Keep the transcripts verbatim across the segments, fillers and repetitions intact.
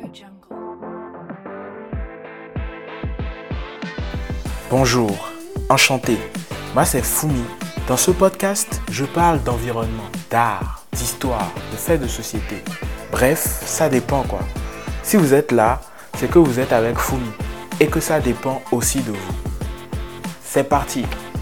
Bonjour, enchanté, moi c'est Fumi. Dans ce podcast, je parle d'environnement, d'art, d'histoire, de faits de société. Bref, ça dépend quoi. Si vous êtes là, c'est que vous êtes avec Fumi et que ça dépend aussi de vous. C'est parti!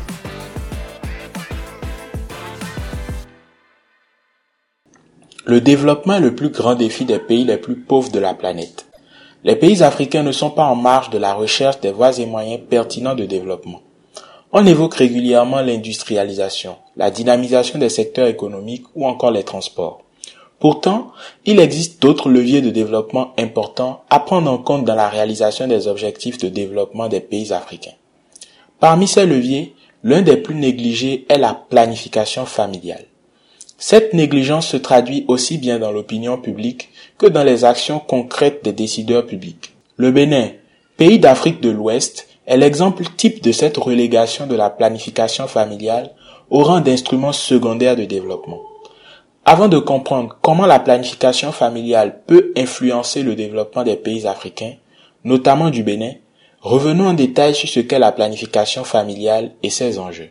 Le développement est le plus grand défi des pays les plus pauvres de la planète. Les pays africains ne sont pas en marge de la recherche des voies et moyens pertinents de développement. On évoque régulièrement l'industrialisation, la dynamisation des secteurs économiques ou encore les transports. Pourtant, il existe d'autres leviers de développement importants à prendre en compte dans la réalisation des objectifs de développement des pays africains. Parmi ces leviers, l'un des plus négligés est la planification familiale. Cette négligence se traduit aussi bien dans l'opinion publique que dans les actions concrètes des décideurs publics. Le Bénin, pays d'Afrique de l'Ouest, est l'exemple type de cette relégation de la planification familiale au rang d'instrument secondaire de développement. Avant de comprendre comment la planification familiale peut influencer le développement des pays africains, notamment du Bénin, revenons en détail sur ce qu'est la planification familiale et ses enjeux.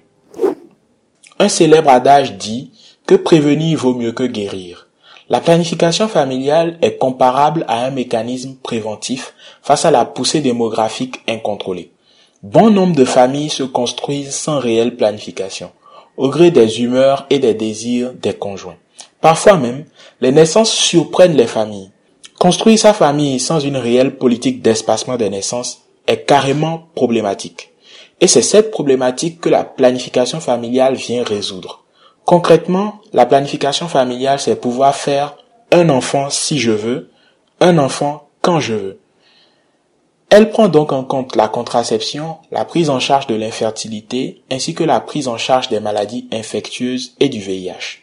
Un célèbre adage dit que prévenir vaut mieux que guérir. La planification familiale est comparable à un mécanisme préventif face à la poussée démographique incontrôlée. Bon nombre de familles se construisent sans réelle planification, au gré des humeurs et des désirs des conjoints. Parfois même, les naissances surprennent les familles. Construire sa famille sans une réelle politique d'espacement des naissances est carrément problématique. Et c'est cette problématique que la planification familiale vient résoudre. Concrètement, la planification familiale, c'est pouvoir faire un enfant si je veux, un enfant quand je veux. Elle prend donc en compte la contraception, la prise en charge de l'infertilité, ainsi que la prise en charge des maladies infectieuses et du V I H.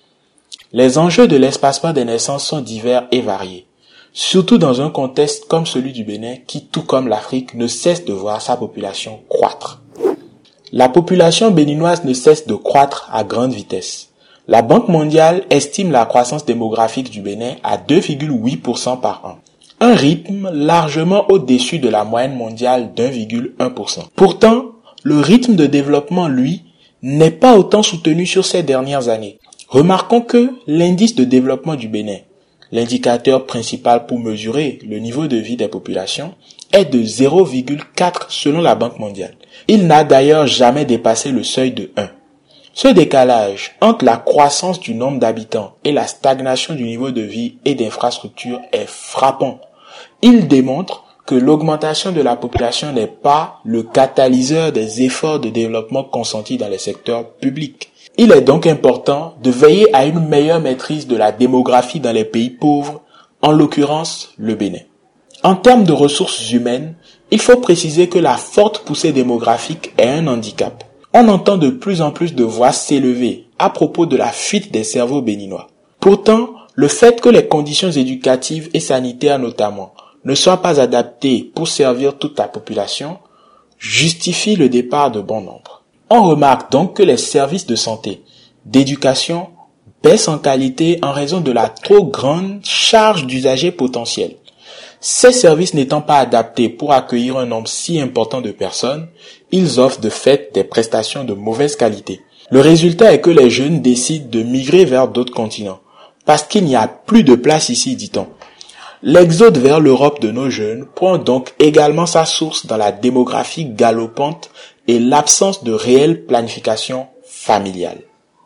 Les enjeux de l'espacement des naissances sont divers et variés, surtout dans un contexte comme celui du Bénin qui, tout comme l'Afrique, ne cesse de voir sa population croître. La population béninoise ne cesse de croître à grande vitesse. La Banque mondiale estime la croissance démographique du Bénin à deux virgule huit pour cent par an. Un rythme largement au-dessus de la moyenne mondiale d'un virgule un pour cent. Pourtant, le rythme de développement, lui, n'est pas autant soutenu sur ces dernières années. Remarquons que l'indice de développement du Bénin, l'indicateur principal pour mesurer le niveau de vie des populations, est de zéro virgule quatre selon la Banque mondiale. Il n'a d'ailleurs jamais dépassé le seuil de un. Ce décalage entre la croissance du nombre d'habitants et la stagnation du niveau de vie et d'infrastructures est frappant. Il démontre que l'augmentation de la population n'est pas le catalyseur des efforts de développement consentis dans les secteurs publics. Il est donc important de veiller à une meilleure maîtrise de la démographie dans les pays pauvres, en l'occurrence le Bénin. En termes de ressources humaines, il faut préciser que la forte poussée démographique est un handicap. On entend de plus en plus de voix s'élever à propos de la fuite des cerveaux béninois. Pourtant, le fait que les conditions éducatives et sanitaires notamment ne soient pas adaptées pour servir toute la population justifie le départ de bon nombre. On remarque donc que les services de santé, d'éducation baissent en qualité en raison de la trop grande charge d'usagers potentiels. Ces services n'étant pas adaptés pour accueillir un nombre si important de personnes, ils offrent de fait des prestations de mauvaise qualité. Le résultat est que les jeunes décident de migrer vers d'autres continents, parce qu'il n'y a plus de place ici, dit-on. L'exode vers l'Europe de nos jeunes prend donc également sa source dans la démographie galopante et l'absence de réelle planification familiale.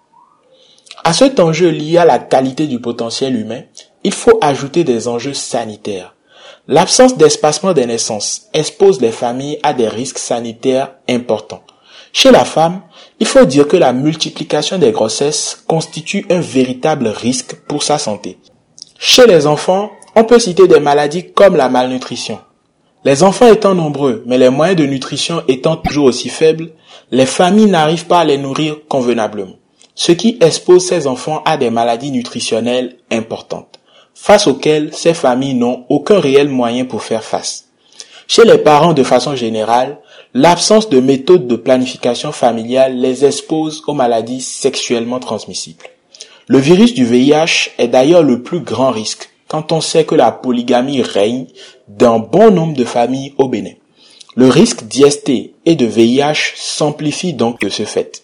À cet enjeu lié à la qualité du potentiel humain, il faut ajouter des enjeux sanitaires. L'absence d'espacement des naissances expose les familles à des risques sanitaires importants. Chez la femme, il faut dire que la multiplication des grossesses constitue un véritable risque pour sa santé. Chez les enfants, on peut citer des maladies comme la malnutrition. Les enfants étant nombreux, mais les moyens de nutrition étant toujours aussi faibles, les familles n'arrivent pas à les nourrir convenablement, ce qui expose ces enfants à des maladies nutritionnelles importantes, face auxquelles ces familles n'ont aucun réel moyen pour faire face. Chez les parents de façon générale, l'absence de méthodes de planification familiale les expose aux maladies sexuellement transmissibles. Le virus du V I H est d'ailleurs le plus grand risque, quand on sait que la polygamie règne dans bon nombre de familles au Bénin. Le risque d'I S T et de V I H s'amplifie donc de ce fait.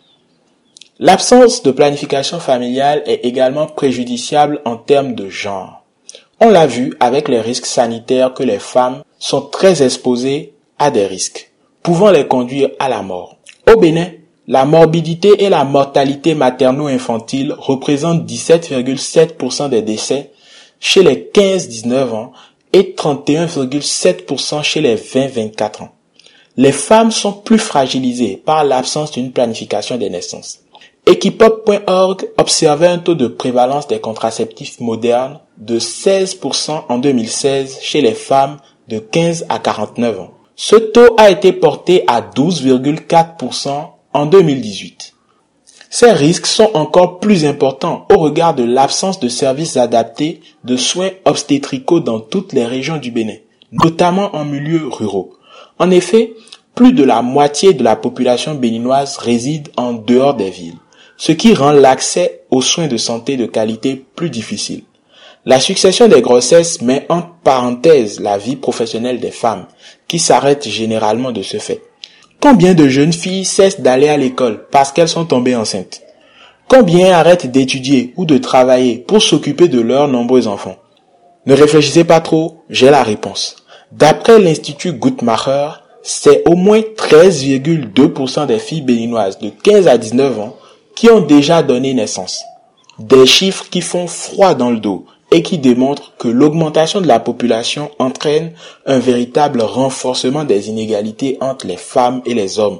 L'absence de planification familiale est également préjudiciable en termes de genre. On l'a vu avec les risques sanitaires que les femmes sont très exposées à des risques, pouvant les conduire à la mort. Au Bénin, la morbidité et la mortalité materno-infantile représentent dix-sept virgule sept pour cent des décès chez les quinze à dix-neuf ans et trente et un virgule sept pour cent chez les vingt à vingt-quatre ans. Les femmes sont plus fragilisées par l'absence d'une planification des naissances. Equipop point org observait un taux de prévalence des contraceptifs modernes de seize pour cent en deux mille seize chez les femmes de quinze à quarante-neuf ans. Ce taux a été porté à douze virgule quatre pour cent en deux mille dix-huit. Ces risques sont encore plus importants au regard de l'absence de services adaptés de soins obstétricaux dans toutes les régions du Bénin, notamment en milieux ruraux. En effet, plus de la moitié de la population béninoise réside en dehors des villes, ce qui rend l'accès aux soins de santé de qualité plus difficile. La succession des grossesses met en parenthèse la vie professionnelle des femmes, qui s'arrête généralement de ce fait. Combien de jeunes filles cessent d'aller à l'école parce qu'elles sont tombées enceintes? Combien arrêtent d'étudier ou de travailler pour s'occuper de leurs nombreux enfants? Ne réfléchissez pas trop, j'ai la réponse. D'après l'Institut Guttmacher, c'est au moins treize virgule deux pour cent des filles béninoises de quinze à dix-neuf ans qui ont déjà donné naissance. Des chiffres qui font froid dans le dos et qui démontrent que l'augmentation de la population entraîne un véritable renforcement des inégalités entre les femmes et les hommes.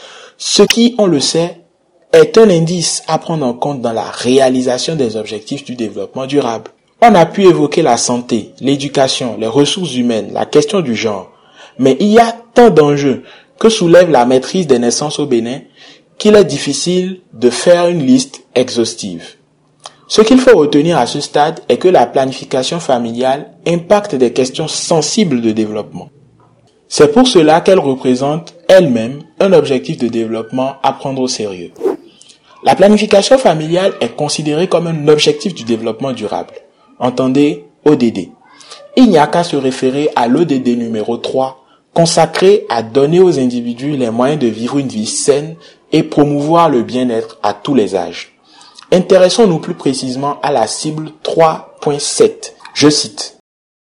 Ce qui, on le sait, est un indice à prendre en compte dans la réalisation des objectifs du développement durable. On a pu évoquer la santé, l'éducation, les ressources humaines, la question du genre. Mais il y a tant d'enjeux que soulève la maîtrise des naissances au Bénin qu'il est difficile de faire une liste exhaustive. Ce qu'il faut retenir à ce stade est que la planification familiale impacte des questions sensibles de développement. C'est pour cela qu'elle représente elle-même un objectif de développement à prendre au sérieux. La planification familiale est considérée comme un objectif du développement durable. Entendez O D D. Il n'y a qu'à se référer à l'O D D numéro trois, consacré à donner aux individus les moyens de vivre une vie saine et promouvoir le bien-être à tous les âges. Intéressons-nous plus précisément à la cible trois point sept. Je cite.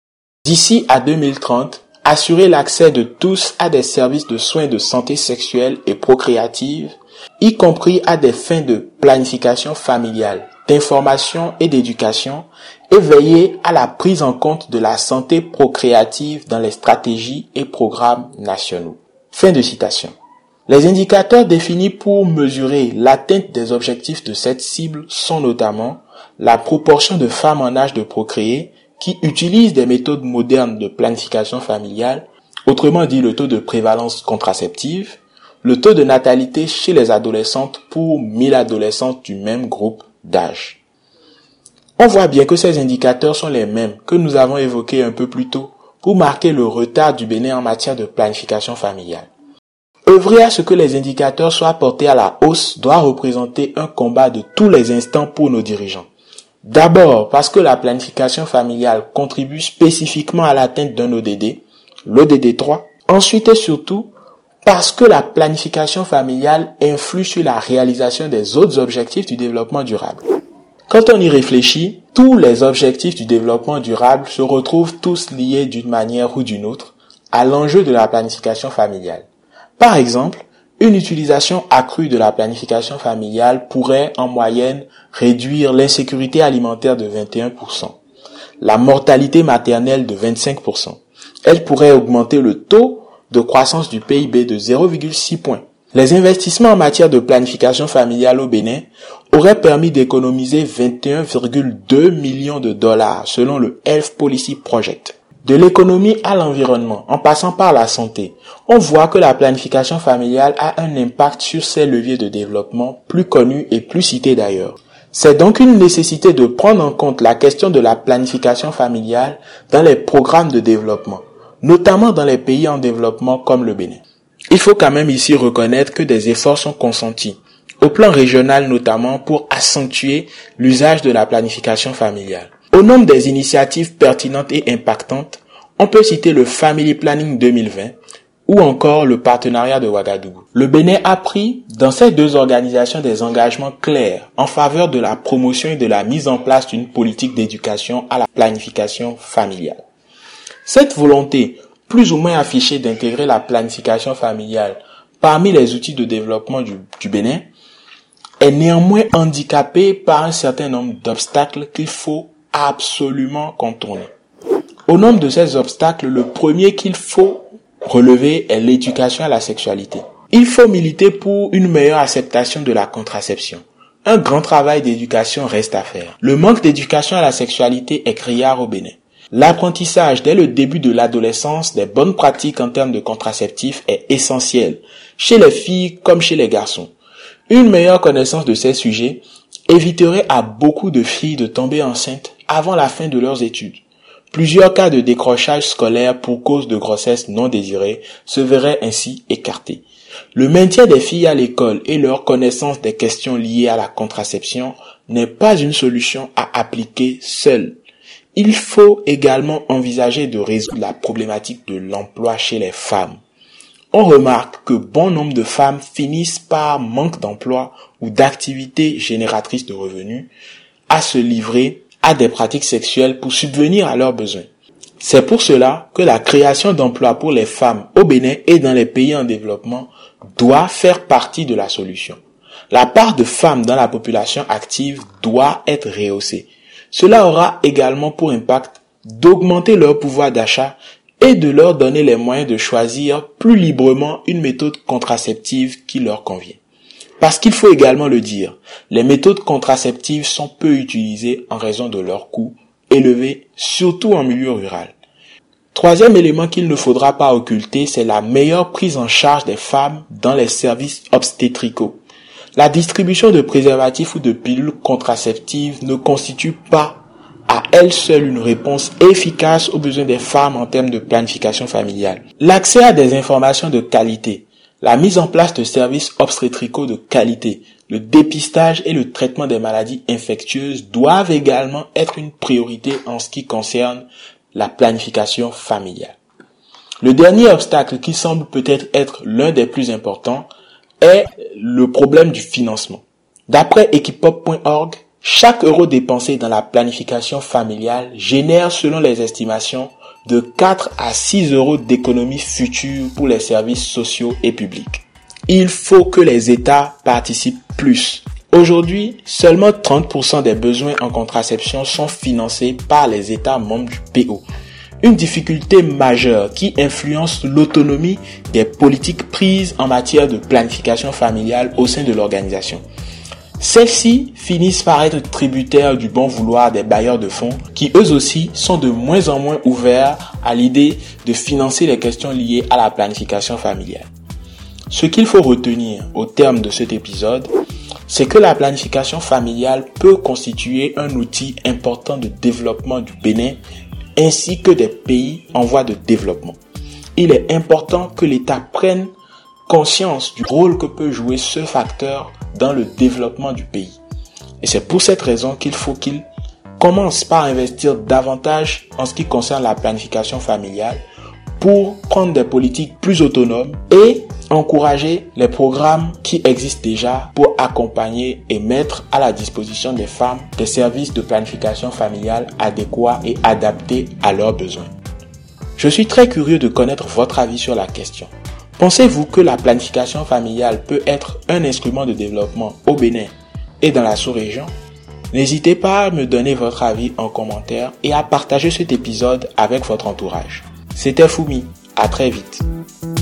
D'ici à deux mille trente, assurer l'accès de tous à des services de soins de santé sexuelle et procréative, y compris à des fins de planification familiale, d'information et d'éducation, et veiller à la prise en compte de la santé procréative dans les stratégies et programmes nationaux. Fin de citation. Les indicateurs définis pour mesurer l'atteinte des objectifs de cette cible sont notamment la proportion de femmes en âge de procréer qui utilisent des méthodes modernes de planification familiale, autrement dit le taux de prévalence contraceptive, le taux de natalité chez les adolescentes pour mille adolescentes du même groupe d'âge. On voit bien que ces indicateurs sont les mêmes que nous avons évoqués un peu plus tôt pour marquer le retard du Bénin en matière de planification familiale. Œuvrer à ce que les indicateurs soient portés à la hausse doit représenter un combat de tous les instants pour nos dirigeants. D'abord parce que la planification familiale contribue spécifiquement à l'atteinte d'un O D D, l'O D D trois. Ensuite et surtout parce que la planification familiale influe sur la réalisation des autres objectifs du développement durable. Quand on y réfléchit, tous les objectifs du développement durable se retrouvent tous liés d'une manière ou d'une autre à l'enjeu de la planification familiale. Par exemple, une utilisation accrue de la planification familiale pourrait en moyenne réduire l'insécurité alimentaire de vingt et un pour cent, la mortalité maternelle de vingt-cinq pour cent. Elle pourrait augmenter le taux de croissance du P I B de zéro virgule six points. Les investissements en matière de planification familiale au Bénin auraient permis d'économiser vingt et un virgule deux millions de dollars selon le Health Policy Project. De l'économie à l'environnement, en passant par la santé, on voit que la planification familiale a un impact sur ces leviers de développement plus connus et plus cités d'ailleurs. C'est donc une nécessité de prendre en compte la question de la planification familiale dans les programmes de développement, notamment dans les pays en développement comme le Bénin. Il faut quand même ici reconnaître que des efforts sont consentis, au plan régional notamment, pour accentuer l'usage de la planification familiale. Au nombre des initiatives pertinentes et impactantes, on peut citer le Family Planning deux mille vingt ou encore le partenariat de Ouagadougou. Le Bénin a pris dans ces deux organisations des engagements clairs en faveur de la promotion et de la mise en place d'une politique d'éducation à la planification familiale. Cette volonté, plus ou moins affichée d'intégrer la planification familiale parmi les outils de développement du, du Bénin, est néanmoins handicapée par un certain nombre d'obstacles qu'il faut absolument contourner. Au nombre de ces obstacles, le premier qu'il faut relever est l'éducation à la sexualité. Il faut militer pour une meilleure acceptation de la contraception. Un grand travail d'éducation reste à faire. Le manque d'éducation à la sexualité est criard au Bénin. L'apprentissage dès le début de l'adolescence des bonnes pratiques en termes de contraceptifs est essentiel, chez les filles comme chez les garçons. Une meilleure connaissance de ces sujets éviterait à beaucoup de filles de tomber enceintes avant la fin de leurs études. Plusieurs cas de décrochage scolaire pour cause de grossesse non désirée se verraient ainsi écartés. Le maintien des filles à l'école et leur connaissance des questions liées à la contraception n'est pas une solution à appliquer seule. Il faut également envisager de résoudre la problématique de l'emploi chez les femmes. On remarque que bon nombre de femmes finissent par manque d'emploi ou d'activités génératrices de revenus à se livrer à des pratiques sexuelles pour subvenir à leurs besoins. C'est pour cela que la création d'emplois pour les femmes au Bénin et dans les pays en développement doit faire partie de la solution. La part de femmes dans la population active doit être rehaussée. Cela aura également pour impact d'augmenter leur pouvoir d'achat et de leur donner les moyens de choisir plus librement une méthode contraceptive qui leur convient. Parce qu'il faut également le dire, les méthodes contraceptives sont peu utilisées en raison de leurs coûts élevés, surtout en milieu rural. Troisième élément qu'il ne faudra pas occulter, c'est la meilleure prise en charge des femmes dans les services obstétricaux. La distribution de préservatifs ou de pilules contraceptives ne constitue pas à elle seule une réponse efficace aux besoins des femmes en termes de planification familiale. L'accès à des informations de qualité, la mise en place de services obstétricaux de qualité, le dépistage et le traitement des maladies infectieuses doivent également être une priorité en ce qui concerne la planification familiale. Le dernier obstacle qui semble peut-être être l'un des plus importants est le problème du financement. D'après equipop point org, chaque euro dépensé dans la planification familiale génère, selon les estimations, de quatre à six euros d'économies futures pour les services sociaux et publics. Il faut que les États participent plus. Aujourd'hui, seulement trente pour cent des besoins en contraception sont financés par les États membres du P O. Une difficulté majeure qui influence l'autonomie des politiques prises en matière de planification familiale au sein de l'organisation. Celles-ci finissent par être tributaires du bon vouloir des bailleurs de fonds qui eux aussi sont de moins en moins ouverts à l'idée de financer les questions liées à la planification familiale. Ce qu'il faut retenir au terme de cet épisode, c'est que la planification familiale peut constituer un outil important de développement du Bénin ainsi que des pays en voie de développement. Il est important que l'État prenne conscience du rôle que peut jouer ce facteur dans le développement du pays. Et c'est pour cette raison qu'il faut qu'il commence par investir davantage en ce qui concerne la planification familiale pour prendre des politiques plus autonomes et encourager les programmes qui existent déjà pour accompagner et mettre à la disposition des femmes des services de planification familiale adéquats et adaptés à leurs besoins. Je suis très curieux de connaître votre avis sur la question. Pensez-vous que la planification familiale peut être un instrument de développement au Bénin et dans la sous-région? N'hésitez pas à me donner votre avis en commentaire et à partager cet épisode avec votre entourage. C'était Fumi, à très vite.